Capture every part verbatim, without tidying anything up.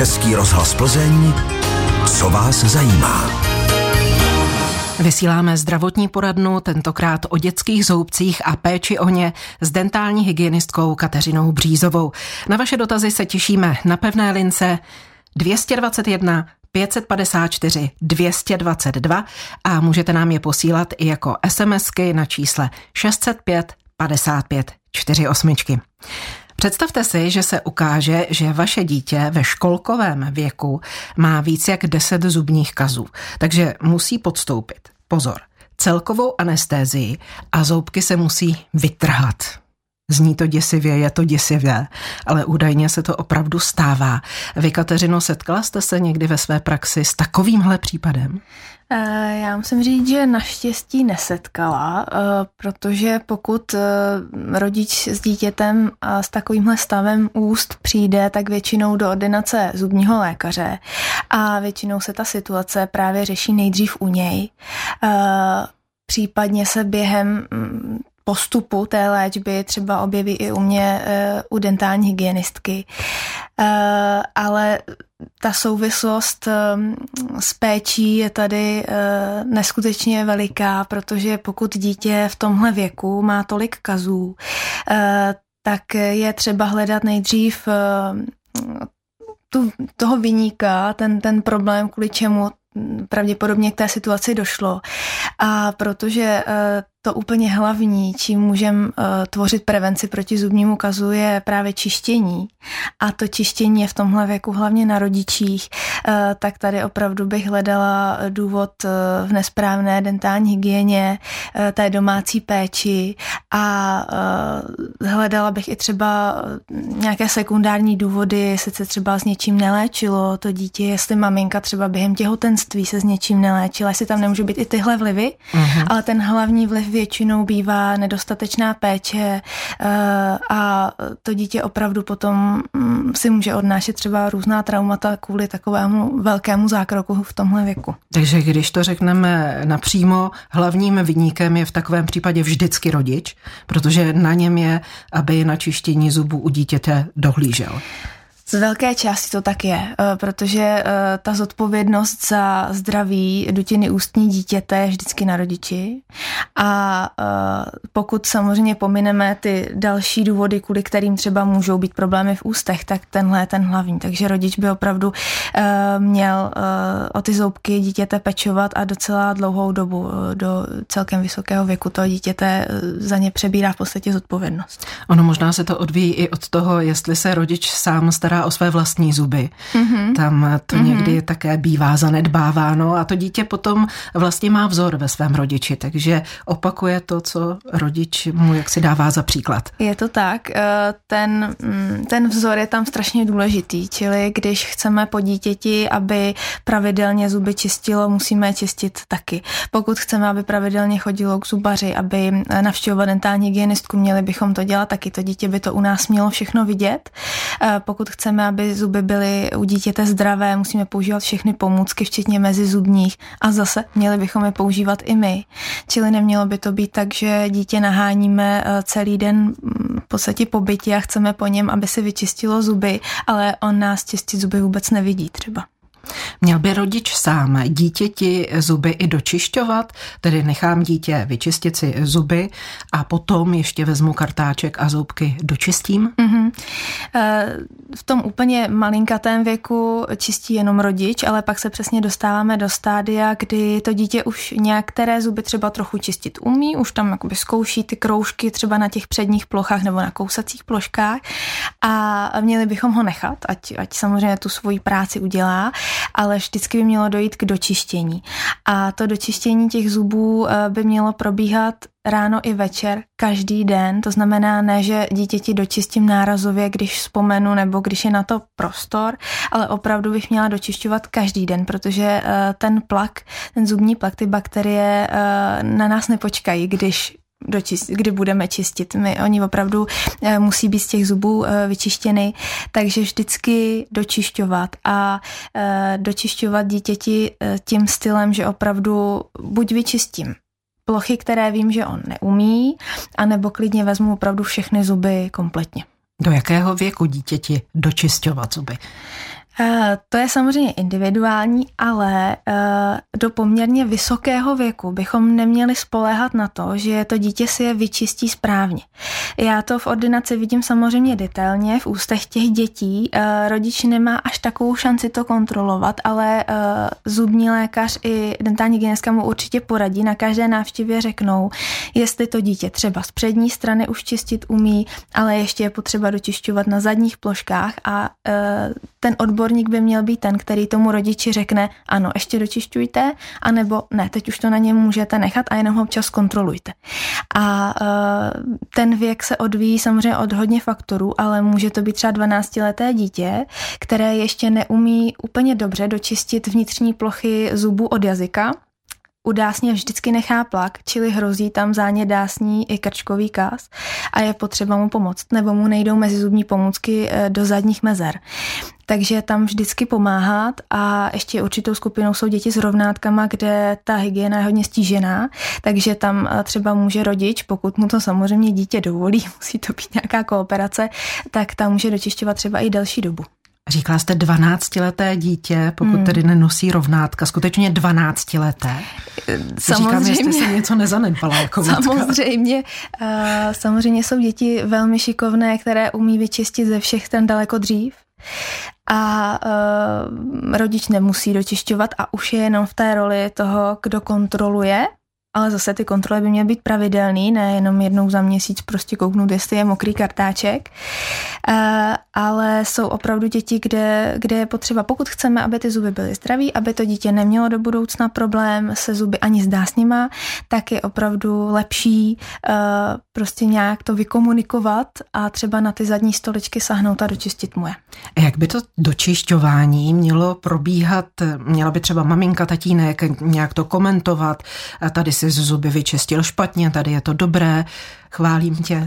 Český rozhlas Plzeň. Co vás zajímá? Vysíláme zdravotní poradnu, tentokrát o dětských zoubcích a péči o ně s dentální hygienistkou Kateřinou Břízovou. Na vaše dotazy se těšíme na pevné lince dvě stě dvacet jedna pět set padesát čtyři dvě stě dvacet dva a můžete nám je posílat i jako SMSky na čísle šest set pět padesát pět čtyřicet osm. Představte si, že se ukáže, že vaše dítě ve školkovém věku má víc jak deset zubních kazů, takže musí podstoupit, pozor, celkovou anestézii a zoubky se musí vytrhat. Zní to děsivě, je to děsivě, ale údajně se to opravdu stává. Vy, Kateřino, setkala jste se někdy ve své praxi s takovýmhle případem? Já musím říct, že naštěstí nesetkala, protože pokud rodič s dítětem s takovýmhle stavem úst přijde, tak většinou do ordinace zubního lékaře a většinou se ta situace právě řeší nejdřív u něj. Případně se během postupu té léčby třeba objeví i u mě, u dentální hygienistky. Ale ta souvislost s péčí je tady neskutečně veliká, protože pokud dítě v tomhle věku má tolik kazů, tak je třeba hledat nejdřív tu, toho viníka, ten, ten problém, kvůli čemu pravděpodobně k té situaci došlo. A protože to úplně hlavní, čím můžeme uh, tvořit prevenci proti zubnímu kazu, je právě čištění. A to čištění je v tomhle věku hlavně na rodičích. Uh, tak tady opravdu bych hledala důvod uh, v nesprávné dentální hygieně, uh, té domácí péči a uh, hledala bych i třeba nějaké sekundární důvody, jestli se třeba s něčím neléčilo to dítě, jestli maminka třeba během těhotenství se s něčím neléčila, jestli tam nemůžou být i tyhle vlivy, uh-huh. ale ten hlavní vliv většinou bývá nedostatečná péče a to dítě opravdu potom si může odnášet třeba různá traumata kvůli takovému velkému zákroku v tomhle věku. Takže když to řekneme napřímo, hlavním viníkem je v takovém případě vždycky rodič, protože na něm je, aby na čištění zubů u dítěte dohlížel. Z velké části to tak je, protože ta zodpovědnost za zdraví dutiny ústní dítěte je vždycky na rodiči a pokud samozřejmě pomineme ty další důvody, kvůli kterým třeba můžou být problémy v ústech, tak tenhle je ten hlavní. Takže rodič by opravdu měl o ty zoubky dítěte pečovat a docela dlouhou dobu, do celkem vysokého věku toho dítěte za ně přebírá v podstatě zodpovědnost. Ono možná se to odvíjí i od toho, jestli se rodič sám stará o své vlastní zuby. Mm-hmm. Tam to mm-hmm. někdy také bývá zanedbáváno a to dítě potom vlastně má vzor ve svém rodiči, takže opakuje to, co rodič mu jaksi dává za příklad. Je to tak. Ten, ten vzor je tam strašně důležitý, čili když chceme po dítěti, aby pravidelně zuby čistilo, musíme je čistit taky. Pokud chceme, aby pravidelně chodilo k zubaři, aby navštěvoval dentální hygienistku, měli bychom to dělat taky. To dítě by to u nás mělo všechno vidět. Pokud chceme, aby zuby byly u dítěte zdravé, musíme používat všechny pomůcky, včetně mezizubních a zase měli bychom je používat i my. Čili nemělo by to být tak, že dítě naháníme celý den v podstatě po bytě a chceme po něm, aby si vyčistilo zuby, ale on nás čistit zuby vůbec nevidí třeba. Měl by rodič sám dítěti zuby i dočišťovat, tedy nechám dítě vyčistit si zuby a potom ještě vezmu kartáček a zoubky dočistím? Mm-hmm. V tom úplně malinkatém věku čistí jenom rodič, ale pak se přesně dostáváme do stádia, kdy to dítě už některé zuby třeba trochu čistit umí, už tam jakoby zkouší ty kroužky třeba na těch předních plochách nebo na kousacích ploškách a měli bychom ho nechat, ať, ať samozřejmě tu svoji práci udělá, ale vždycky by mělo dojít k dočištění. A to dočištění těch zubů by mělo probíhat ráno i večer, každý den. To znamená ne, že dítěti dočistím nárazově, když vzpomenu nebo když je na to prostor, ale opravdu bych měla dočišťovat každý den, protože ten plak, ten zubní plak, ty bakterie na nás nepočkají, když Dočist, kdy budeme čistit. My, oni opravdu e, musí být z těch zubů e, vyčištěny, takže vždycky dočišťovat a e, dočišťovat dítěti e, tím stylem, že opravdu buď vyčistím plochy, které vím, že on neumí, anebo klidně vezmu opravdu všechny zuby kompletně. Do jakého věku dítěti dočišťovat zuby? To je samozřejmě individuální, ale do poměrně vysokého věku bychom neměli spoléhat na to, že to dítě si je vyčistí správně. Já to v ordinaci vidím samozřejmě detailně v ústech těch dětí. Rodič nemá až takovou šanci to kontrolovat, ale zubní lékař i dentální hygienistka mu určitě poradí. Na každé návštěvě řeknou, jestli to dítě třeba z přední strany už čistit umí, ale ještě je potřeba dočišťovat na zadních ploškách a ten odborník by měl být ten, který tomu rodiči řekne, ano, ještě dočišťujte, anebo ne, teď už to na něm můžete nechat a jenom ho občas kontrolujte. A uh, ten věk se odvíjí samozřejmě od hodně faktorů, ale může to být třeba dvanáctileté dítě, které ještě neumí úplně dobře dočistit vnitřní plochy zubů od jazyka. U dásně vždycky nechá plak, čili hrozí tam zánět dásní i krčkový káz a je potřeba mu pomoct, nebo mu nejdou mezizubní pomůcky do zadních mezer. Takže tam vždycky pomáhat a ještě určitou skupinou jsou děti s rovnátkama, kde ta hygiena je hodně stížená, takže tam třeba může rodič, pokud mu to samozřejmě dítě dovolí, musí to být nějaká kooperace, tak tam může dočišťovat třeba i delší dobu. Říkala jste dvanáctileté dítě, pokud hmm. tedy nenosí rovnátka, skutečně dvanáctileté. Říkám, jestli se něco nezanedbala jako Samozřejmě, uh, samozřejmě jsou děti velmi šikovné, které umí vyčistit ze všech ten daleko dřív. A uh, rodič nemusí dočišťovat a už je jenom v té roli toho, kdo kontroluje, ale zase ty kontroly by měly být pravidelný, ne jenom jednou za měsíc prostě kouknout, jestli je mokrý kartáček. Uh, ale jsou opravdu děti, kde, kde je potřeba, pokud chceme, aby ty zuby byly zdraví, aby to dítě nemělo do budoucna problém se zuby ani s dásněma, tak je opravdu lepší uh, prostě nějak to vykomunikovat a třeba na ty zadní stoličky sahnout a dočistit mu je. Jak by to dočišťování mělo probíhat? Měla by třeba maminka, tatínek nějak to komentovat? Tady si zuby vyčistil špatně, tady je to dobré, chválím tě.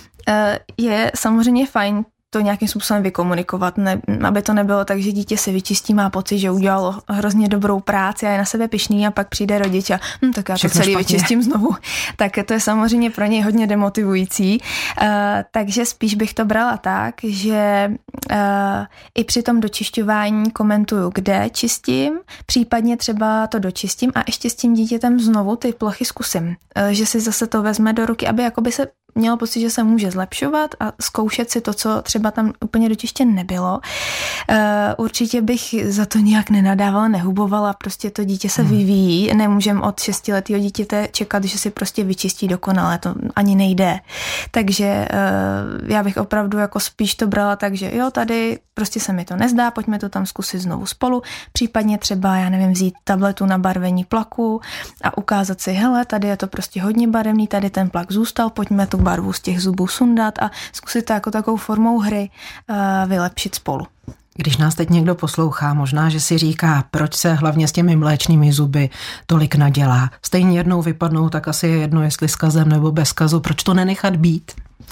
Je samozřejmě fajn to nějakým způsobem vykomunikovat, ne, aby to nebylo tak, že dítě se vyčistí, má pocit, že udělalo hrozně dobrou práci a je na sebe pyšný a pak přijde rodič a hm, tak já to celý špatně vyčistím znovu. Tak to je samozřejmě pro něj hodně demotivující. Uh, takže spíš bych to brala tak, že uh, i při tom dočišťování komentuju, kde čistím, případně třeba to dočistím a ještě s tím dítětem znovu ty plochy zkusím. Uh, že si zase to vezme do ruky, aby jakoby se mělo pocit, že se může zlepšovat a zkoušet si to, co třeba tam úplně dočištěn nebylo. Určitě bych za to nějak nenadávala, nehubovala, prostě to dítě se vyvíjí, nemůžeme od šestiletého dítěte čekat, že si prostě vyčistí dokonale, to ani nejde. Takže já bych opravdu jako spíš to brala tak, že jo, tady prostě se mi to nezdá, pojďme to tam zkusit znovu spolu, případně třeba, já nevím, vzít tabletu na barvení plaku a ukázat si, hele, tady je to prostě hodně barevný, tady ten plak zůstal, pojďme tu barvu z těch zubů sundat a zkusit to jako takovou formou hry uh, vylepšit spolu. Když nás teď někdo poslouchá, možná, že si říká, proč se hlavně s těmi mléčnými zuby tolik nadělá. Stejně jednou vypadnou, tak asi je jedno, jestli s kazem nebo bez kazu. Proč to nenechat být?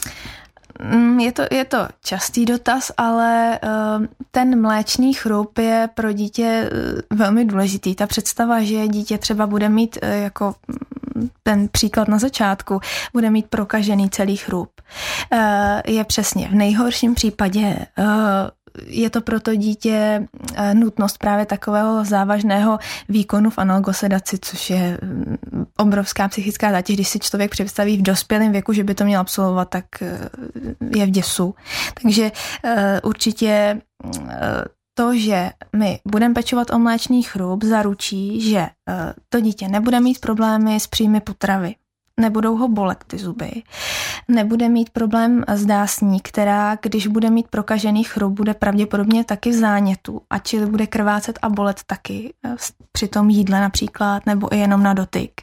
Je to, je to častý dotaz, ale uh, ten mléčný chrup je pro dítě uh, velmi důležitý. Ta představa, že dítě třeba bude mít uh, jako ten příklad na začátku, bude mít prokažený celý chrup, uh, je přesně v nejhorším případě uh, je to pro to dítě nutnost právě takového závažného výkonu v analgosedaci, což je obrovská psychická zátěž. Když si člověk představí v dospělém věku, že by to měl absolvovat, tak je v děsu. Takže určitě to, že my budeme pečovat o mléčný chrup, zaručí, že to dítě nebude mít problémy s příjmy potravy. Nebudou ho bolet ty zuby, nebude mít problém s dásní, která, když bude mít prokažený chrup, bude pravděpodobně taky v zánětu a čili bude krvácet a bolet taky při tom jídle například, nebo i jenom na dotyk.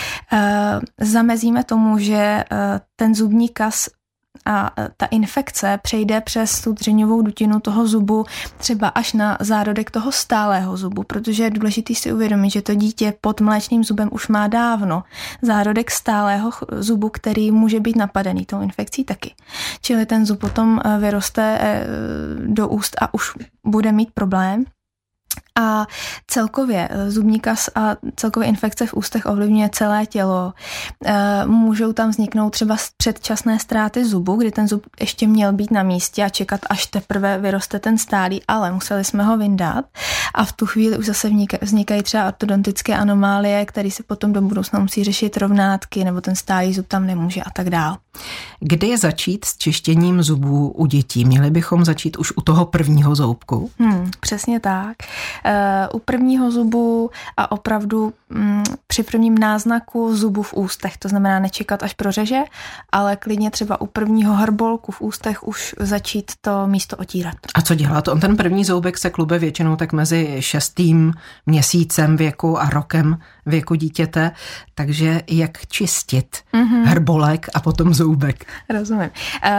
Zamezíme tomu, že ten zubní kas a ta infekce přejde přes tu dřeňovou dutinu toho zubu třeba až na zárodek toho stálého zubu, protože je důležité si uvědomit, že to dítě pod mléčným zubem už má dávno zárodek stálého zubu, který může být napadený tou infekcí taky. Čili ten zub potom vyroste do úst a už bude mít problém. A celkově zubní kas a celkově infekce v ústech ovlivňuje celé tělo. Můžou tam vzniknout třeba předčasné ztráty zubu, kdy ten zub ještě měl být na místě a čekat, až teprve vyroste ten stálý, ale museli jsme ho vyndat. A v tu chvíli už zase vznikají třeba ortodontické anomálie, které se potom do budoucna musí řešit rovnátky, nebo ten stálý zub tam nemůže a tak dál. Kdy je začít s čištěním zubů u dětí? Měli bychom začít už u toho prvního zoubku? Hmm, přesně tak. Uh, u prvního zubu a opravdu um, při prvním náznaku zubu v ústech, to znamená nečekat až prořeže, ale klidně třeba u prvního hrbolku v ústech už začít to místo otírat. A co dělat? On ten první zoubek se klube většinou tak mezi šestým měsícem věku a rokem věku dítěte, takže jak čistit mm-hmm. hrbolek a potom zoubek? Rozumím.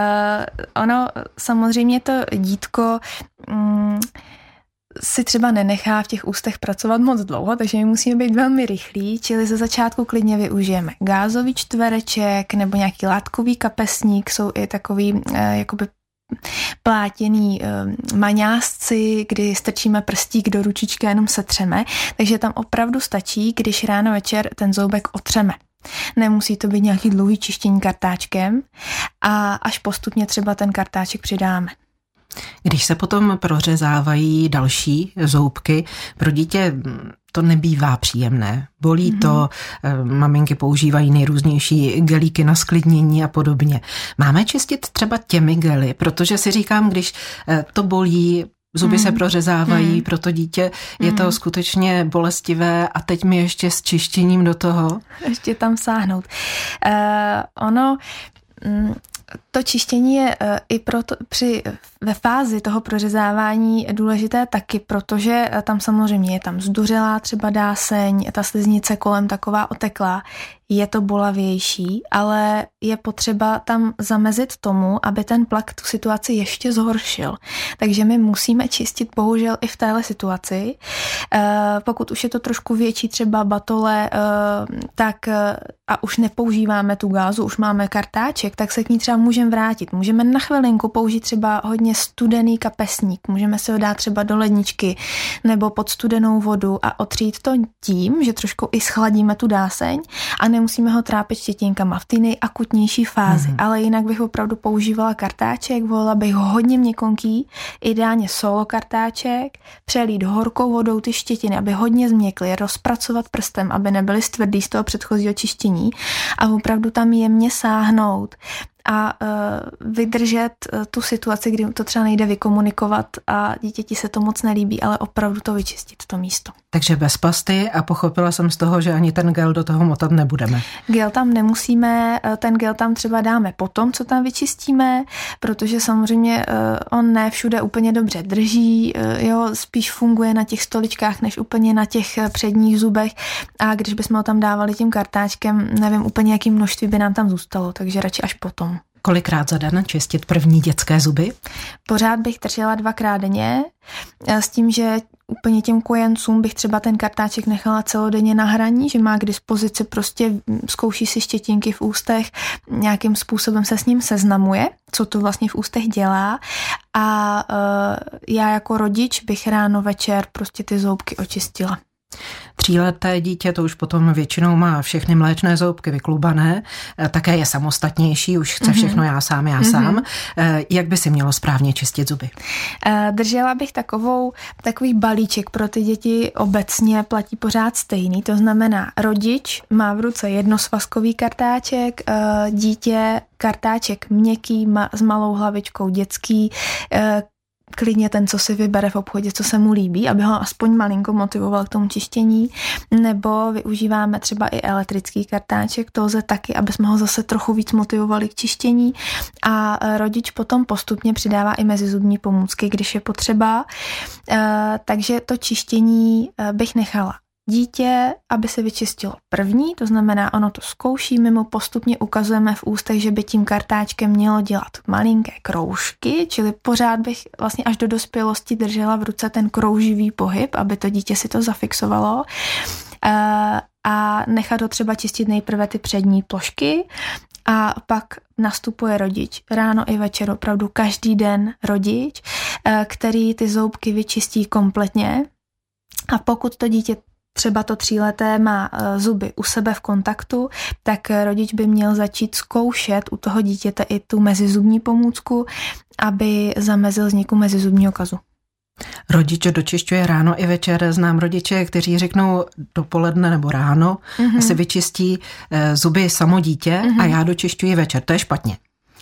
Uh, ono samozřejmě to dítko um, si třeba nenechá v těch ústech pracovat moc dlouho, takže my musíme být velmi rychlí, čili ze začátku klidně využijeme gázový čtvereček nebo nějaký látkový kapesník, jsou i takový uh, jakoby plátěný uh, maňásci, kdy strčíme prstík do ručičky a jenom setřeme, takže tam opravdu stačí, když ráno večer ten zoubek otřeme. Nemusí to být nějaký dlouhý čištění kartáčkem a až postupně třeba ten kartáček přidáme. Když se potom prořezávají další zoubky, pro dítě to nebývá příjemné. Bolí mm-hmm. to, maminky používají nejrůznější gelíky na sklidnění a podobně. Máme čistit třeba těmi gely, protože si říkám, když to bolí, zuby mm. se prořezávají, mm. pro to dítě je mm. to skutečně bolestivé a teď mi ještě s čištěním do toho. Ještě tam sáhnout. Uh, ono... Mm, To čištění je i proto, při, ve fázi toho prořezávání důležité taky, protože tam samozřejmě je tam zduřelá třeba dáseň, ta sliznice kolem taková oteklá, je to bolavější, ale je potřeba tam zamezit tomu, aby ten plak tu situaci ještě zhoršil. Takže my musíme čistit bohužel i v téhle situaci. Pokud už je to trošku větší třeba batole, tak a už nepoužíváme tu gázu, už máme kartáček, tak se k ní třeba můžeme vrátit. Můžeme na chvilinku použít třeba hodně studený kapesník, můžeme si ho dát třeba do ledničky nebo pod studenou vodu a otřít to tím, že trošku i schladíme tu dáseň a nemusíme ho trápit štětínkama v té nejakutnější fázi. Mm. Ale jinak bych opravdu používala kartáček, volila bych ho hodně měkonký, ideálně solo kartáček, přelít horkou vodou ty štětiny, aby hodně změkly, rozpracovat prstem, aby nebyly stvrdý z toho předchozího čištění a opravdu tam jemně sáhnout a uh, vydržet uh, tu situaci, kdy to třeba nejde vykomunikovat a dítěti se to moc nelíbí, ale opravdu to vyčistit, to místo. Takže bez pasty a pochopila jsem z toho, že ani ten gel do toho motat nebudeme. Gel tam nemusíme, ten gel tam třeba dáme potom, co tam vyčistíme, protože samozřejmě uh, on ne všude úplně dobře drží, uh, jo, spíš funguje na těch stoličkách, než úplně na těch předních zubech a když bychom ho tam dávali tím kartáčkem, nevím úplně, jaký množství by nám tam zůstalo, takže radši až potom. Kolikrát za den čistit první dětské zuby? Pořád bych držela dvakrát denně, s tím, že úplně těm kojencům bych třeba ten kartáček nechala celodenně na hraní, že má k dispozici, prostě zkouší si štětinky v ústech, nějakým způsobem se s ním seznamuje, co to vlastně v ústech dělá a uh, já jako rodič bych ráno večer prostě ty zoubky očistila. Tříleté dítě to už potom většinou má všechny mléčné zoubky vyklubané, také je samostatnější, už chce všechno já sám, já mm-hmm. sám. Jak by si mělo správně čistit zuby? Držela bych takovou, takový balíček pro ty děti obecně platí pořád stejný, to znamená rodič má v ruce jednosvazkový kartáček, dítě kartáček měkký s malou hlavičkou dětský, klidně ten, co si vybere v obchodě, co se mu líbí, aby ho aspoň malinko motivoval k tomu čištění, nebo využíváme třeba i elektrický kartáček, to lze taky, aby jsme ho zase trochu víc motivovali k čištění a rodič potom postupně přidává i mezizubní pomůcky, když je potřeba, takže to čištění bych nechala dítě, aby se vyčistilo první, to znamená, ono to zkouší, my mu postupně ukazujeme v ústech, že by tím kartáčkem mělo dělat malinké kroužky, čili pořád bych vlastně až do dospělosti držela v ruce ten krouživý pohyb, aby to dítě si to zafixovalo a nechat ho třeba čistit nejprve ty přední plošky a pak nastupuje rodič. Ráno i večer opravdu každý den rodič, který ty zoubky vyčistí kompletně, A pokud to dítě třeba to tříleté má zuby u sebe v kontaktu, tak rodič by měl začít zkoušet u toho dítěte i tu mezizubní pomůcku, aby zamezil vzniku mezizubního kazu. Rodič dočišťuje ráno i večer. Znám rodiče, kteří řeknou dopoledne nebo ráno mm-hmm. si vyčistí zuby samo dítě mm-hmm. a já dočišťuji večer. To je špatně.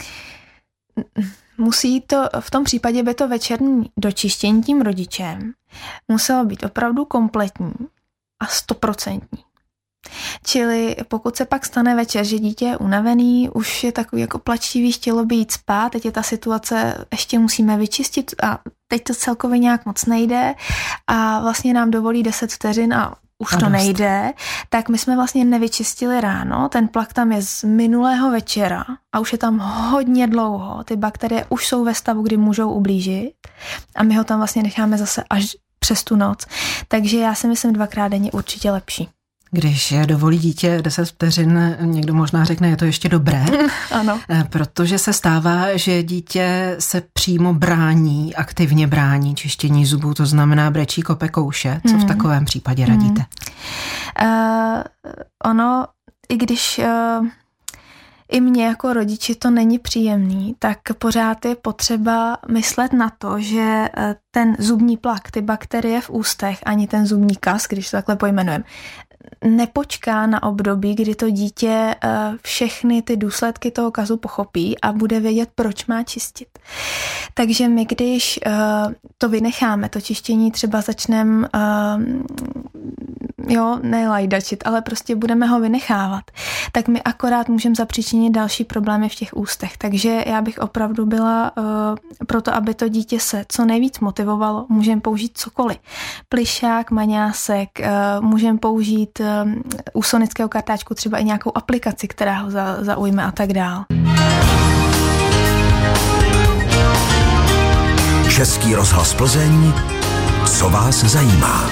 Musí to, v tom případě by to večerní dočištění tím rodičem muselo být opravdu kompletní a stoprocentní. Čili pokud se pak stane večer, že dítě je unavený, už je takový jako plačtivý, chtělo by jít spát, teď je ta situace, ještě musíme vyčistit a teď to celkově nějak moc nejde a vlastně nám dovolí deset vteřin a už to nejde, tak my jsme vlastně nevyčistili ráno, ten plak tam je z minulého večera a už je tam hodně dlouho, ty bakterie už jsou ve stavu, kdy můžou ublížit a my ho tam vlastně necháme zase až přes tu noc. Takže já si myslím, dvakrát denně určitě lepší. Když dovolí dítě deset vteřin, někdo možná řekne, je to ještě dobré. Ano. Protože se stává, že dítě se přímo brání, aktivně brání čištění zubů, to znamená brečí, kope, kouše. Co v takovém případě radíte? Hmm. Uh, ono, i když... Uh... I mně jako rodiči to není příjemný, tak pořád je potřeba myslet na to, že ten zubní plak, ty bakterie v ústech, ani ten zubní kas, když to takhle pojmenujeme, nepočká na období, kdy to dítě všechny ty důsledky toho kazu pochopí a bude vědět, proč má čistit. Takže my, když to vynecháme, to čištění třeba začneme, jo, nelajdačit, ale prostě budeme ho vynechávat, tak my akorát můžeme zapříčinit další problémy v těch ústech. Takže já bych opravdu byla uh, proto, aby to dítě se co nejvíc motivovalo, můžeme použít cokoliv. Plišák, maňásek, uh, můžeme použít uh, u sonického kartáčku třeba i nějakou aplikaci, která ho za, zaujme a tak dál. Český rozhlas Plzeň, co vás zajímá?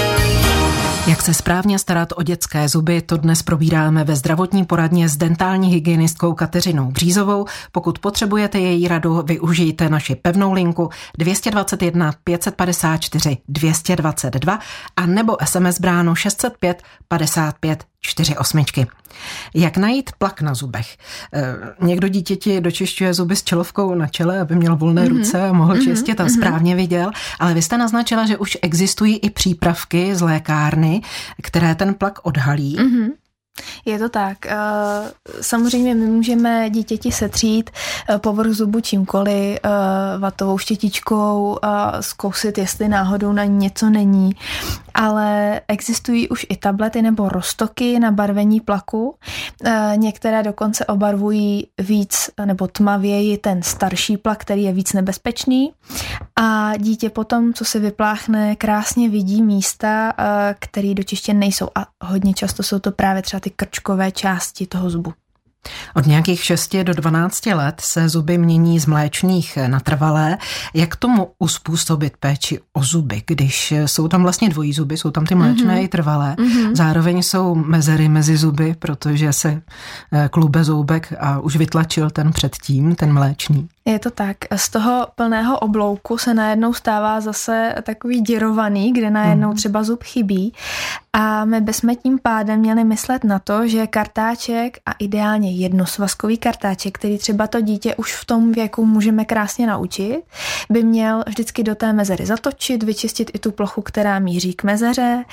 Jak se správně starat o dětské zuby, to dnes probíráme ve zdravotní poradně s dentální hygienistkou Kateřinou Břízovou. Pokud potřebujete její radu, využijte naši pevnou linku dvě stě dvacet jedna pět set padesát čtyři dvě stě dvacet dva a nebo es em es bránu šest set pět padesát pět čtyři osm. Jak najít plak na zubech? Někdo dítěti dočišťuje zuby s čelovkou na čele, aby měl volné mm-hmm. ruce a mohl čistit a mm-hmm. správně viděl, ale vy jste naznačila, že už existují i přípravky z lékárny, které ten plak odhalí. Mm-hmm. Je to tak. Samozřejmě my můžeme dítěti setřít povrch zubu čímkoliv, vatovou štětičkou a zkousit, jestli náhodou na ní něco není. Ale existují už i tablety nebo roztoky na barvení plaku. Některé dokonce obarvují víc nebo tmavěji ten starší plak, který je víc nebezpečný. A dítě potom, co si vypláchne, krásně vidí místa, které dočištěny nejsou. A hodně často jsou to právě třeba ty krčkové části toho zubu. Od nějakých šesti do dvanácti let se zuby mění z mléčných na trvalé. Jak tomu uspůsobit péči o zuby, když jsou tam vlastně dvojí zuby, jsou tam ty mléčné mm-hmm. i trvalé. Mm-hmm. Zároveň jsou mezery mezi zuby, protože se klube zoubek a už vytlačil ten předtím, ten mléčný. Je to tak. Z toho plného oblouku se najednou stává zase takový děrovaný, kde najednou třeba zub chybí. A my bychom tím pádem měli myslet na to, že kartáček a ideálně jednosvazkový kartáček, který třeba to dítě už v tom věku můžeme krásně naučit, by měl vždycky do té mezery zatočit, vyčistit i tu plochu, která míří k mezeře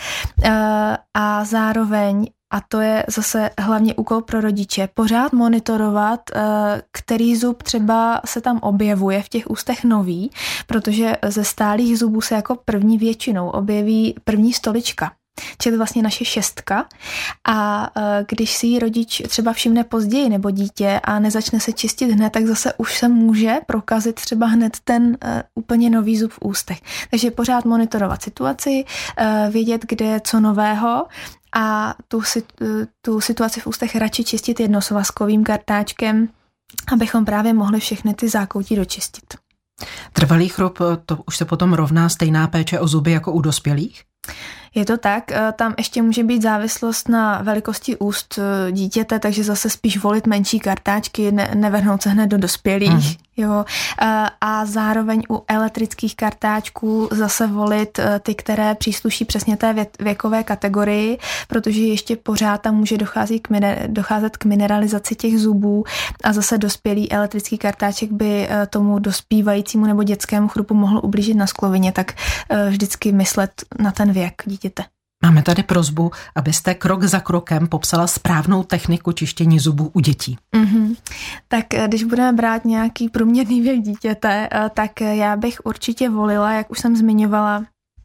a zároveň, a to je zase hlavně úkol pro rodiče, pořád monitorovat, který zub třeba se tam objevuje v těch ústech nový, protože ze stálých zubů se jako první většinou objeví první stolička, čili vlastně naše šestka. A když si ji rodič třeba všimne později nebo dítě a nezačne se čistit hned, tak zase už se může prokazit třeba hned ten uh, úplně nový zub v ústech. Takže pořád monitorovat situaci, uh, vědět, kde je co nového a tu, tu situaci v ústech radši čistit jednosvazkovým kartáčkem, abychom právě mohli všechny ty zákoutí dočistit. Trvalý chrup, to už se potom rovná stejná péče o zuby jako u dospělých? Je to tak, tam ještě může být závislost na velikosti úst dítěte, takže zase spíš volit menší kartáčky, ne, nevrhnout se hned do dospělých. Mm. Jo. A zároveň u elektrických kartáčků zase volit ty, které přísluší přesně té věkové kategorii, protože ještě pořád tam může docházet k, miner, docházet k mineralizaci těch zubů a zase dospělý elektrický kartáček by tomu dospívajícímu nebo dětskému chrupu mohl ublížit na sklovině, tak vždycky myslet na ten věk dítěte. Máme tady prosbu, abyste krok za krokem popsala správnou techniku čištění zubů u dětí. Mm-hmm. Tak když budeme brát nějaký průměrný věk dítěte, tak já bych určitě volila, jak už jsem zmiňovala,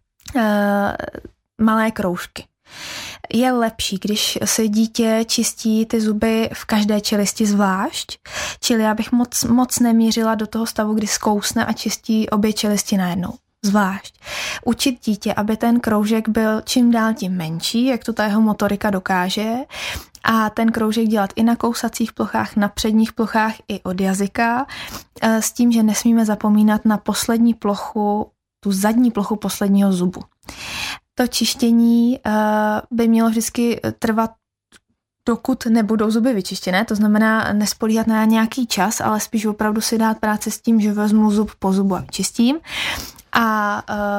malé kroužky. Je lepší, když si dítě čistí ty zuby v každé čelisti zvlášť, čili já bych moc, moc nemířila do toho stavu, kdy zkousne a čistí obě čelisti najednou. Zvlášť. Učit dítě, aby ten kroužek byl čím dál tím menší, jak to ta jeho motorika dokáže, a ten kroužek dělat i na kousacích plochách, na předních plochách i od jazyka, s tím, že nesmíme zapomínat na poslední plochu, tu zadní plochu posledního zubu. To čištění by mělo vždycky trvat, dokud nebudou zuby vyčištěné, to znamená nespolíhat na nějaký čas, ale spíš opravdu si dát práci s tím, že vezmu zub po zubu a vyčistím. A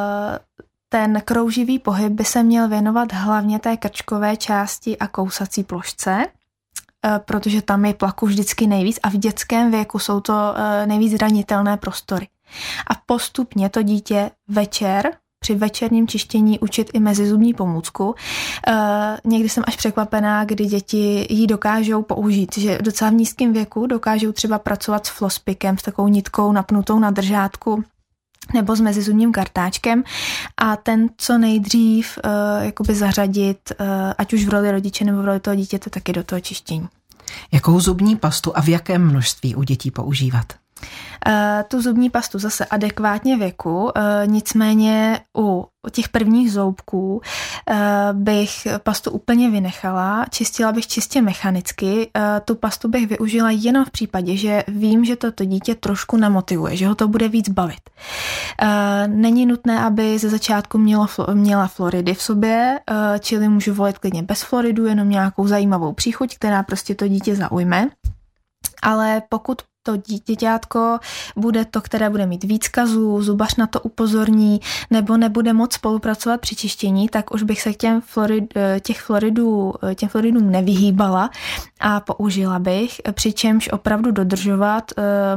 ten krouživý pohyb by se měl věnovat hlavně té krčkové části a kousací plošce, protože tam je plaku vždycky nejvíc a v dětském věku jsou to nejvíc zranitelné prostory. A postupně to dítě večer, při večerním čištění učit i mezizubní pomůcku. E, někdy jsem až překvapená, kdy děti ji dokážou použít, že docela v nízkém věku dokážou třeba pracovat s flosspikem, s takovou nitkou napnutou na držátku, nebo s mezizubním kartáčkem a ten co nejdřív uh, jakoby zařadit, uh, ať už v roli rodiče nebo v roli toho dítěte, taky do toho čištění. Jakou zubní pastu a v jakém množství u dětí používat? Uh, tu zubní pastu zase adekvátně věku, uh, nicméně u těch prvních zoubků uh, bych pastu úplně vynechala, čistila bych čistě mechanicky, uh, tu pastu bych využila jenom v případě, že vím, že toto dítě trošku namotivuje, že ho to bude víc bavit. Uh, není nutné, aby ze začátku mělo, měla floridy v sobě, uh, čili můžu volit klidně bez floridu, jenom nějakou zajímavou příchuť, která prostě to dítě zaujme. Ale pokud to dítěťátko bude to, které bude mít víc kazů, zubař na to upozorní, nebo nebude moc spolupracovat při čištění, tak už bych se k těm, florid, těch floridů, těm floridům nevyhýbala a použila bych, přičemž opravdu dodržovat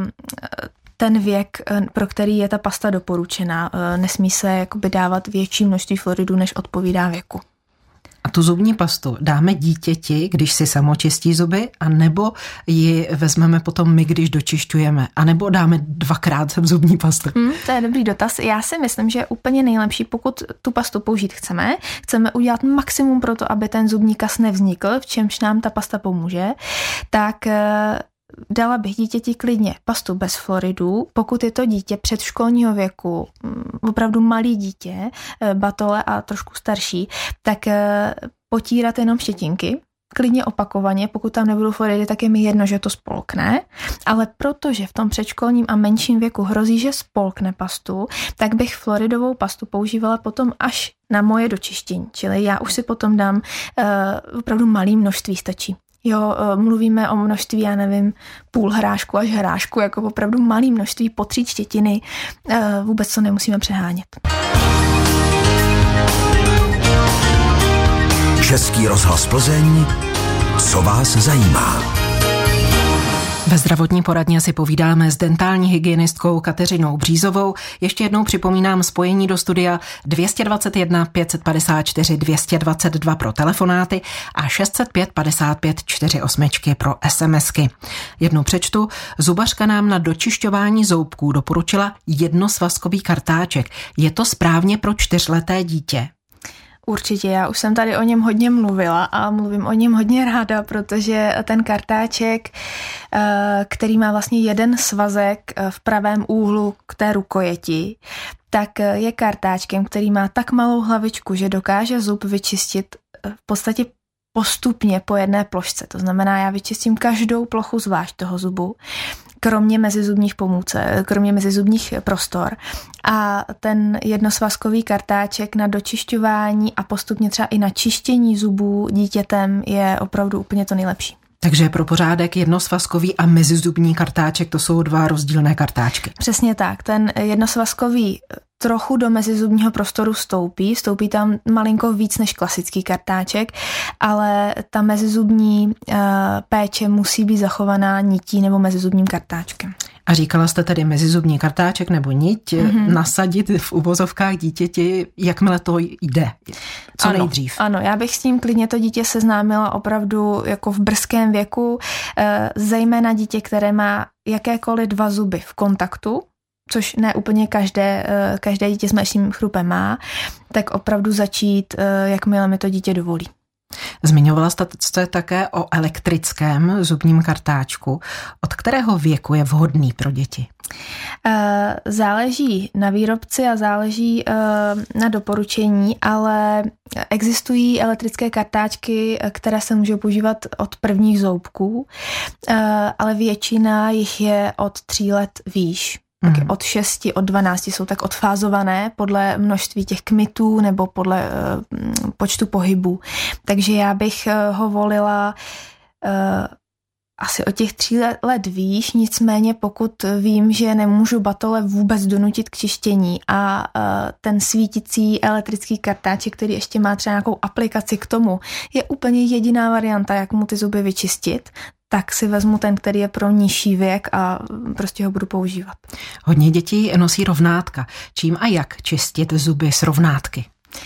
ten věk, pro který je ta pasta doporučená. Nesmí se jakoby dávat větší množství floridů, než odpovídá věku. A tu zubní pastu dáme dítěti, když si samo čistí zuby, anebo ji vezmeme potom my, když dočišťujeme, anebo dáme dvakrát sem zubní pastu? Hmm, to je dobrý dotaz. Já si myslím, že je úplně nejlepší, pokud tu pastu použít chceme, chceme udělat maximum pro to, aby ten zubní kas nevznikl, v čemž nám ta pasta pomůže, tak dala bych dítěti klidně pastu bez floridů, pokud je to dítě předškolního věku, opravdu malý dítě, batole a trošku starší, tak potírat jenom štětinky, klidně opakovaně, pokud tam nebudou floridy, tak je mi jedno, že to spolkne, ale protože v tom předškolním a menším věku hrozí, že spolkne pastu, tak bych floridovou pastu používala potom až na moje dočištění, čili já už si potom dám uh, opravdu malý množství, stačí. Jo, mluvíme o množství, já nevím, půl hrášku až hrášku, jako opravdu malý množství, potřít štětiny, vůbec to nemusíme přehánět. Český rozhlas Plzeň, co vás zajímá? Ve zdravotní poradně si povídáme s dentální hygienistkou Kateřinou Břízovou. Ještě jednou připomínám spojení do studia dvě stě dvacet jedna pět set padesát čtyři dvě stě dvacet dva pro telefonáty a šest set pět padesát pět čtyřicet osm pro SMSky. Jednou přečtu. Zubařka nám na dočišťování zoubků doporučila jednosvazkový kartáček. Je to správně pro čtyřleté dítě? Určitě, já už jsem tady o něm hodně mluvila a mluvím o něm hodně ráda, protože ten kartáček, který má vlastně jeden svazek v pravém úhlu k té rukojeti, tak je kartáčkem, který má tak malou hlavičku, že dokáže zub vyčistit v podstatě postupně po jedné plošce. To znamená, já vyčistím každou plochu zvlášť toho zubu. kromě mezizubních pomůcek, kromě mezizubních prostor. A ten jednosvazkový kartáček na dočišťování a postupně třeba i na čištění zubů dítětem je opravdu úplně to nejlepší. Takže pro pořádek jednosvazkový a mezizubní kartáček, to jsou dva rozdílné kartáčky. Přesně tak. Ten jednosvazkový trochu do mezizubního prostoru vstoupí, vstoupí tam malinko víc než klasický kartáček, ale ta mezizubní uh, péče musí být zachovaná nití nebo mezizubním kartáčkem. A říkala jste tedy mezizubní kartáček nebo niť mm-hmm. nasadit v uvozovkách dítěti, jakmile to jde, co ano, nejdřív. Ano, já bych s tím klidně to dítě seznámila opravdu jako v brzkém věku, zejména dítě, které má jakékoliv dva zuby v kontaktu, což ne úplně každé, každé dítě s mléčným chrupem má, tak opravdu začít, jakmile mi to dítě dovolí. Zmiňovala jste také o elektrickém zubním kartáčku. Od kterého věku je vhodný pro děti? Záleží na výrobci a záleží na doporučení, ale existují elektrické kartáčky, které se můžou používat od prvních zoubků, ale většina jich je od tří let výš. Tak od šesti, od dvanácti jsou tak odfázované podle množství těch kmitů nebo podle uh, počtu pohybů. Takže já bych uh, ho volila uh, asi od těch tří let, let výš, nicméně pokud vím, že nemůžu batole vůbec donutit k čištění a uh, ten svítící elektrický kartáček, který ještě má třeba nějakou aplikaci k tomu, je úplně jediná varianta, jak mu ty zuby vyčistit, tak si vezmu ten, který je pro nižší věk a prostě ho budu používat. Hodně dětí nosí rovnátka. Čím a jak čistit zuby s rovnátky?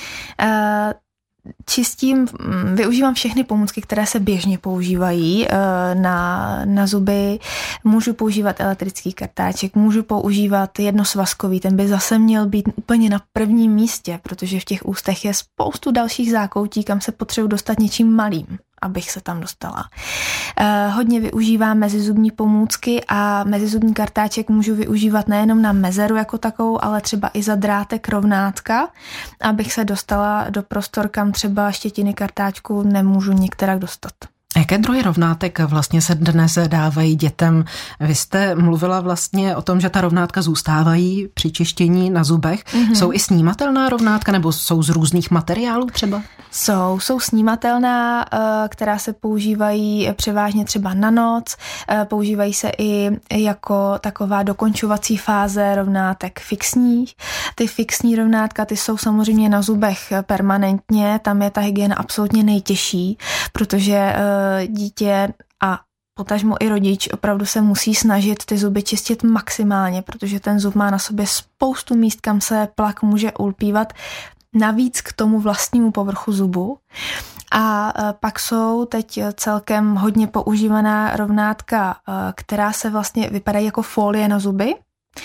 Uh, Čistím, využívám všechny pomůcky, které se běžně používají na, na zuby. Můžu používat elektrický kartáček, můžu používat jednosvazkový, ten by zase měl být úplně na prvním místě, protože v těch ústech je spoustu dalších zákoutí, kam se potřebuji dostat něčím malým, abych se tam dostala. Eh, hodně využívám mezizubní pomůcky a mezizubní kartáček můžu využívat nejenom na mezeru jako takovou, ale třeba i za drátek rovnátka, abych se dostala do prostor, kam třeba štětiny kartáčku nemůžu některak dostat. Jaké druhy rovnátek vlastně se dnes dávají dětem? Vy jste mluvila vlastně o tom, že ta rovnátka zůstávají při čištění na zubech. Mm-hmm. Jsou i snímatelná rovnátka nebo jsou z různých materiálů třeba? Jsou, jsou snímatelná, která se používají převážně třeba na noc, používají se i jako taková dokončovací fáze rovnátek fixních. Ty fixní rovnátka, ty jsou samozřejmě na zubech permanentně, tam je ta hygiena absolutně nejtěžší, protože dítě a potažmo i rodič opravdu se musí snažit ty zuby čistit maximálně, protože ten zub má na sobě spoustu míst, kam se plak může ulpívat, navíc k tomu vlastnímu povrchu zubu. A pak jsou teď celkem hodně používaná rovnátka, která se vlastně vypadají jako folie na zuby,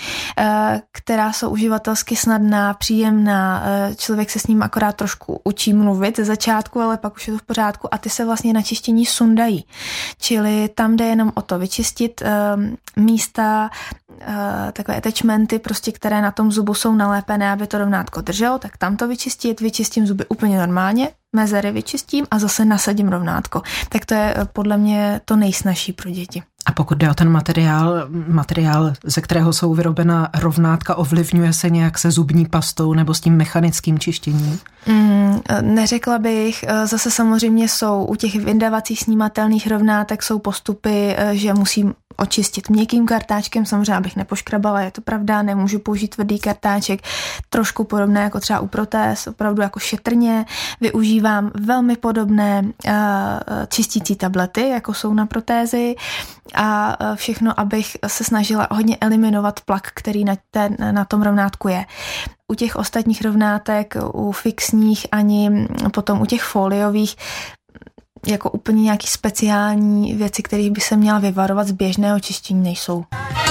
která jsou uživatelsky snadná, příjemná, člověk se s ním akorát trošku učí mluvit ze začátku, ale pak už je to v pořádku a ty se vlastně na čištění sundají. Čili tam jde jenom o to vyčistit místa, takové attachmenty, prostě, které na tom zubu jsou nalépené, aby to rovnátko drželo, tak tam to vyčistit, vyčistím zuby úplně normálně, mezery vyčistím a zase nasadím rovnátko. Tak to je podle mě to nejsnažší pro děti. A pokud jde o ten materiál, materiál, ze kterého jsou vyrobena rovnátka, ovlivňuje se nějak se zubní pastou nebo s tím mechanickým čištěním? Mm, neřekla bych. Zase samozřejmě jsou u těch vydavacích snímatelných rovnátek jsou postupy, že musím očistit měkkým kartáčkem, samozřejmě abych nepoškrabala, je to pravda, nemůžu použít tvrdý kartáček, trošku podobné jako třeba u protéz, opravdu jako šetrně. Využívám velmi podobné uh, čistící tablety, jako jsou na protézy a všechno, abych se snažila hodně eliminovat plak, který na, ten, na tom rovnátku je. U těch ostatních rovnátek, u fixních ani potom u těch foliových jako úplně nějaký speciální věci, kterých by se měla vyvarovat z běžného čištění, nejsou.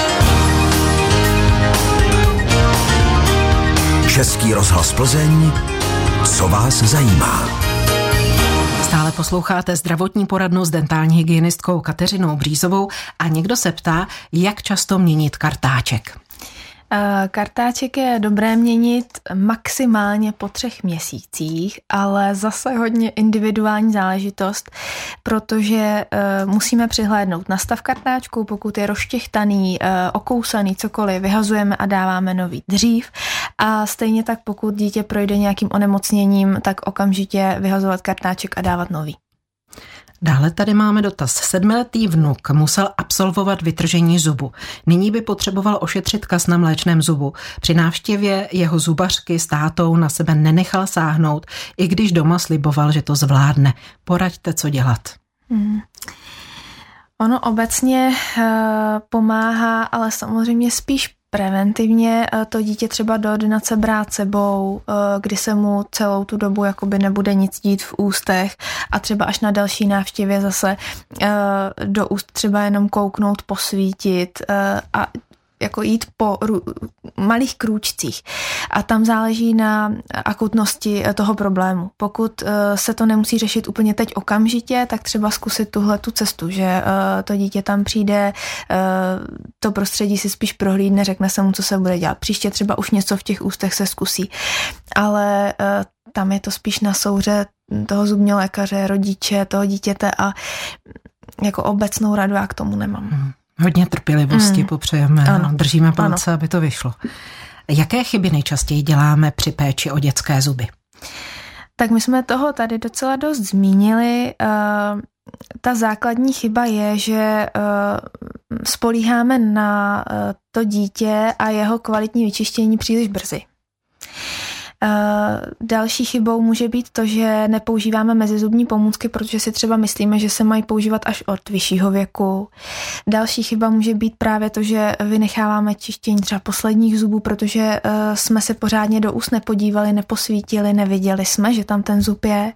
Český rozhlas Plzeň, co vás zajímá? Stále posloucháte zdravotní poradnu s dentální hygienistkou Kateřinou Břízovou a někdo se ptá, jak často měnit kartáček. Kartáček je dobré měnit maximálně po třech měsících, ale zase hodně individuální záležitost, protože musíme přihlédnout na stav kartáčku, pokud je roztěchtaný, okousaný, cokoliv, vyhazujeme a dáváme nový dřív. A stejně tak, pokud dítě projde nějakým onemocněním, tak okamžitě vyhazovat kartáček a dávat nový. Dále tady máme dotaz. Sedmiletý vnuk musel absolvovat vytržení zubu. Nyní by potřeboval ošetřit kas na mléčném zubu. Při návštěvě jeho zubařky s tátou na sebe nenechal sáhnout, i když doma sliboval, že to zvládne. Poraďte, co dělat. Hmm. Ono obecně uh, pomáhá, ale samozřejmě spíš preventivně to dítě třeba do ordinace brát sebou, kdy se mu celou tu dobu jakoby nebude nic dít v ústech a třeba až na další návštěvě zase do úst třeba jenom kouknout, posvítit a jako jít po ru, malých krůčcích. A tam záleží na akutnosti toho problému. Pokud se to nemusí řešit úplně teď okamžitě, tak třeba zkusit tuhle tu cestu, že to dítě tam přijde, to prostředí si spíš prohlídne, řekne se mu, co se bude dělat. Příště třeba už něco v těch ústech se zkusí. Ale tam je to spíš na souře toho zubního lékaře, rodiče, toho dítěte a jako obecnou radu já k tomu nemám. Hmm. Hodně trpělivosti mm. popřejeme ano. a držíme palce, ano. aby to vyšlo. Jaké chyby nejčastěji děláme při péči o dětské zuby? Tak my jsme toho tady docela dost zmínili. Ta základní chyba je, že spolíháme na to dítě a jeho kvalitní vyčištění příliš brzy. Další chybou může být to, že nepoužíváme mezizubní pomůcky, protože si třeba myslíme, že se mají používat až od vyššího věku. Další chyba může být právě to, že vynecháváme čištění třeba posledních zubů, protože jsme se pořádně do úst nepodívali, neposvítili, neviděli jsme, že tam ten zub je.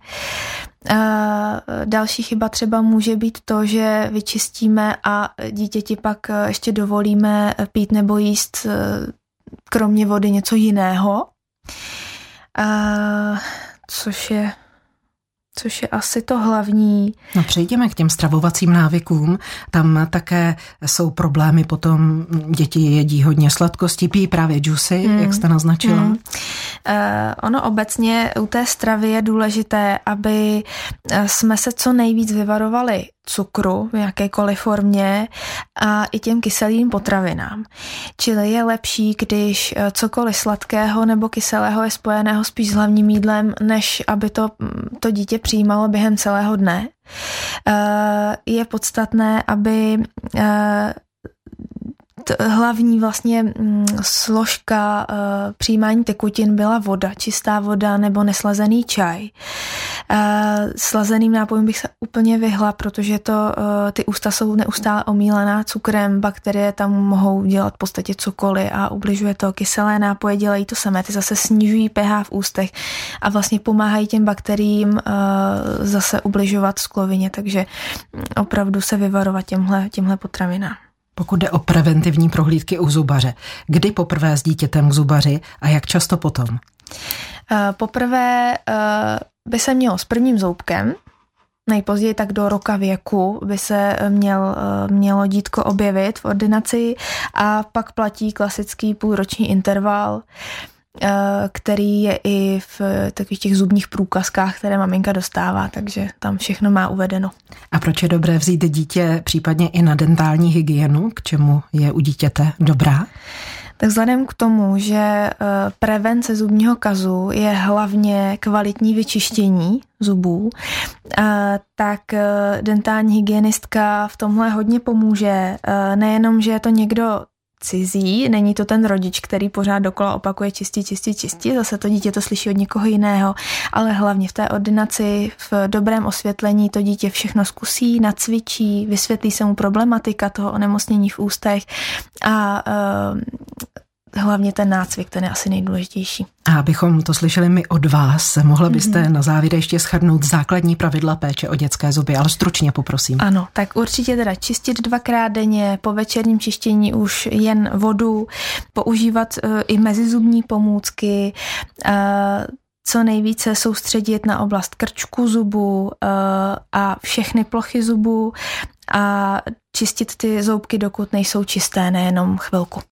Další chyba třeba může být to, že vyčistíme a dítěti pak ještě dovolíme pít nebo jíst kromě vody něco jiného. Uh, což je což je asi to hlavní. No přejdeme k těm stravovacím návykům. Tam také jsou problémy, potom děti jedí hodně sladkostí, pijí právě džusy, mm. jak jste naznačila. Mm. Uh, ono obecně u té stravy je důležité, aby jsme se co nejvíc vyvarovali cukru v jakékoliv formě a i těm kyselým potravinám. Čili je lepší, když cokoliv sladkého nebo kyselého je spojeného spíš s hlavním jídlem, než aby to, to dítě přijímalo během celého dne. Je podstatné, aby hlavní vlastně složka přijímání tekutin byla voda, čistá voda nebo neslazený čaj. Slazeným nápojům bych se úplně vyhla, protože to, ty ústa jsou neustále omílaná cukrem, bakterie tam mohou dělat v podstatě cokoliv a ubližuje to. Kyselé nápoje dělají to samé, ty zase snižují pH v ústech a vlastně pomáhají těm bakteriím zase ubližovat sklovině, takže opravdu se vyvarovat těmhle, těmhle potravinám. Pokud jde o preventivní prohlídky u zubaře, kdy poprvé s dítětem k zubaři a jak často potom? Poprvé by se mělo s prvním zoubkem, nejpozději tak do roka věku by se měl, mělo dítko objevit v ordinaci a pak platí klasický půlroční interval, který je i v takových těch zubních průkazkách, které maminka dostává, takže tam všechno má uvedeno. A proč je dobré vzít dítě případně i na dentální hygienu, k čemu je u dítěte dobrá? Tak vzhledem k tomu, že prevence zubního kazu je hlavně kvalitní vyčištění zubů, tak dentální hygienistka v tomhle hodně pomůže. Nejenom, že je to někdo cizí, není to ten rodič, který pořád dokola opakuje čistí, čistí, čistí, zase to dítě to slyší od někoho jiného, ale hlavně v té ordinaci v dobrém osvětlení to dítě všechno zkusí, nacvičí, vysvětlí se mu problematika toho onemocnění v ústech a uh, hlavně ten nácvik, ten je asi nejdůležitější. A abychom to slyšeli my od vás, mohla byste mm-hmm. na závěr ještě shrnout základní pravidla péče o dětské zuby, ale stručně poprosím. Ano, tak určitě teda čistit dvakrát denně, po večerním čištění už jen vodu, používat uh, i mezizubní pomůcky, uh, co nejvíce soustředit na oblast krčku zubu uh, a všechny plochy zubu a čistit ty zoubky, dokud nejsou čisté, nejenom chvilku.